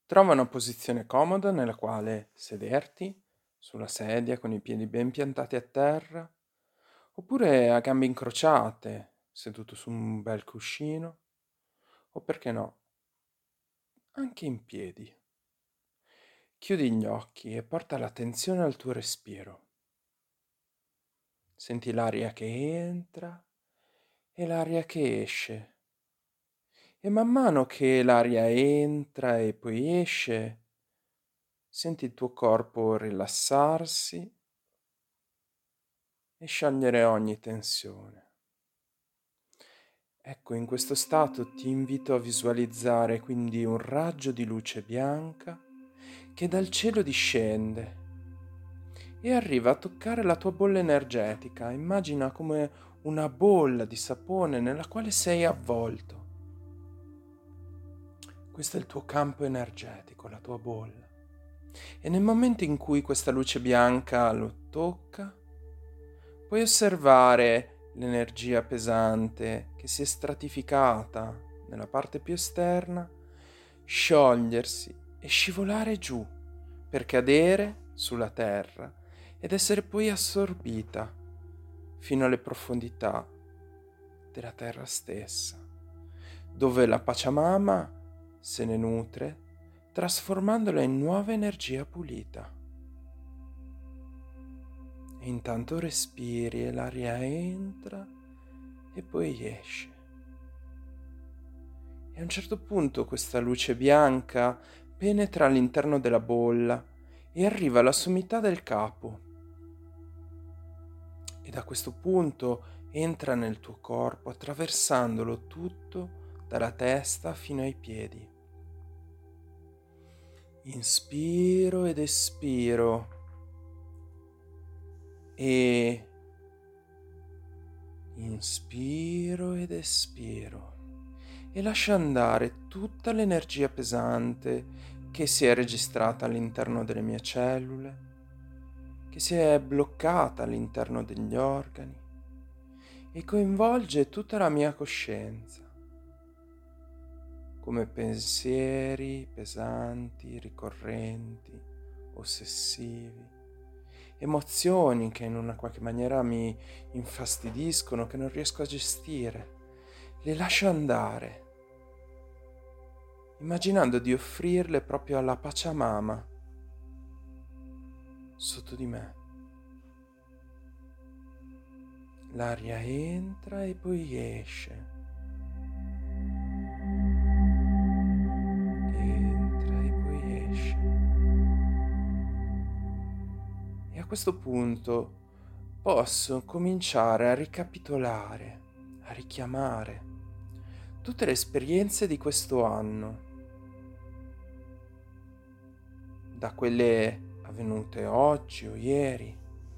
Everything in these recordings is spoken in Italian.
Trova una posizione comoda nella quale sederti sulla sedia con i piedi ben piantati a terra, oppure a gambe incrociate, seduto su un bel cuscino, o perché no, anche in piedi. Chiudi gli occhi e porta l'attenzione al tuo respiro. Senti l'aria che entra e l'aria che esce. E man mano che l'aria entra e poi esce, senti il tuo corpo rilassarsi e sciogliere ogni tensione. Ecco, in questo stato ti invito a visualizzare quindi un raggio di luce bianca che dal cielo discende e arriva a toccare la tua bolla energetica. Immagina come una bolla di sapone nella quale sei avvolto. Questo è il tuo campo energetico, la tua bolla. E nel momento in cui questa luce bianca lo tocca, puoi osservare l'energia pesante che si è stratificata nella parte più esterna, sciogliersi e scivolare giù per cadere sulla terra ed essere poi assorbita fino alle profondità della terra stessa, dove la Pachamama se ne nutre, trasformandola in nuova energia pulita. E intanto respiri e l'aria entra e poi esce. E a un certo punto questa luce bianca penetra all'interno della bolla e arriva alla sommità del capo. E da questo punto entra nel tuo corpo, attraversandolo tutto dalla testa fino ai piedi. Inspiro ed espiro e inspiro ed espiro e lascio andare tutta l'energia pesante che si è registrata all'interno delle mie cellule, che si è bloccata all'interno degli organi e coinvolge tutta la mia coscienza, come pensieri pesanti, ricorrenti, ossessivi, emozioni che in una qualche maniera mi infastidiscono, che non riesco a gestire. Le lascio andare, immaginando di offrirle proprio alla Pachamama sotto di me. L'aria entra e poi esce. Entra e poi esce. E a questo punto posso cominciare a ricapitolare, a richiamare tutte le esperienze di questo anno, da quelle avvenute oggi o ieri,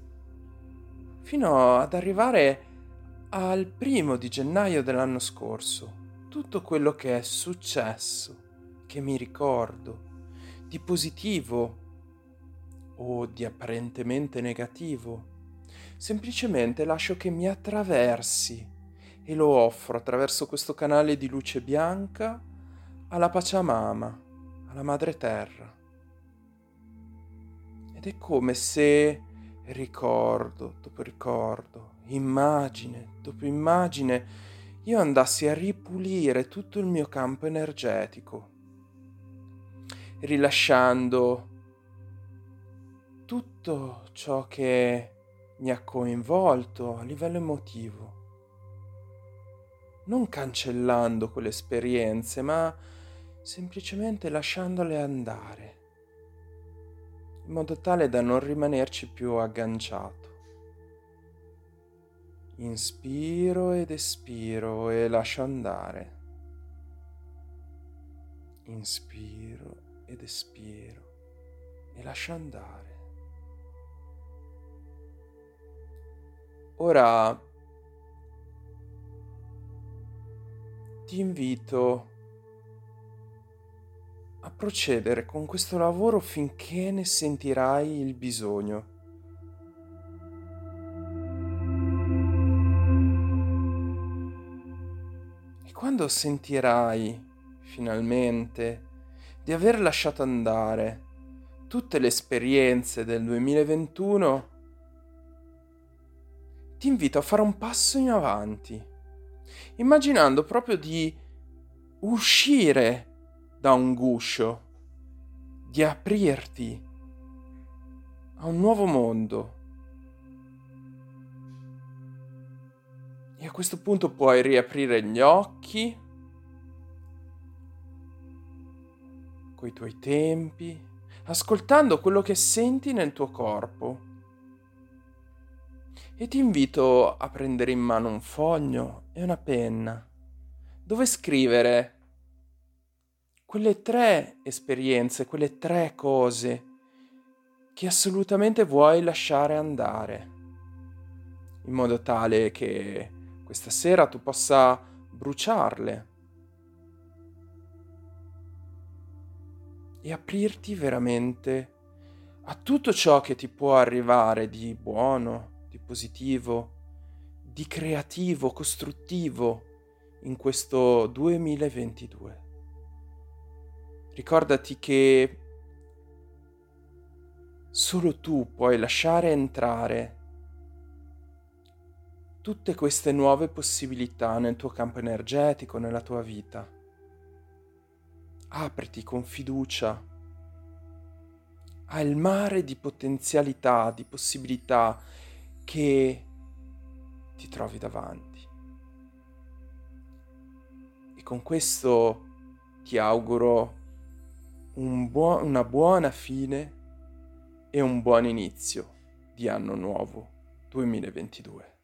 fino ad arrivare al 1° gennaio dell'anno scorso. Tutto quello che è successo, che mi ricordo, di positivo o di apparentemente negativo, semplicemente lascio che mi attraversi e lo offro attraverso questo canale di luce bianca alla Pachamama, alla Madre Terra. Ed è come se ricordo dopo ricordo, immagine dopo immagine, io andassi a ripulire tutto il mio campo energetico, rilasciando tutto ciò che mi ha coinvolto a livello emotivo, non cancellando quelle esperienze, ma semplicemente lasciandole andare, in modo tale da non rimanerci più agganciato. Inspiro ed espiro e lascio andare. Inspiro ed espiro e lascio andare. Ora ti invito a procedere con questo lavoro finché ne sentirai il bisogno. E quando sentirai finalmente di aver lasciato andare tutte le esperienze del 2021, ti invito a fare un passo in avanti, immaginando proprio di uscire da un guscio, di aprirti a un nuovo mondo. E a questo punto puoi riaprire gli occhi coi tuoi tempi, ascoltando quello che senti nel tuo corpo. E ti invito a prendere in mano un foglio e una penna, dove scrivere quelle 3 esperienze, quelle 3 cose che assolutamente vuoi lasciare andare, in modo tale che questa sera tu possa bruciarle e aprirti veramente a tutto ciò che ti può arrivare di buono, di positivo, di creativo, costruttivo in questo 2022. Ricordati che solo tu puoi lasciare entrare tutte queste nuove possibilità nel tuo campo energetico, nella tua vita. Apriti con fiducia al mare di potenzialità, di possibilità che ti trovi davanti. E con questo ti auguro una buona fine e un buon inizio di anno nuovo 2022.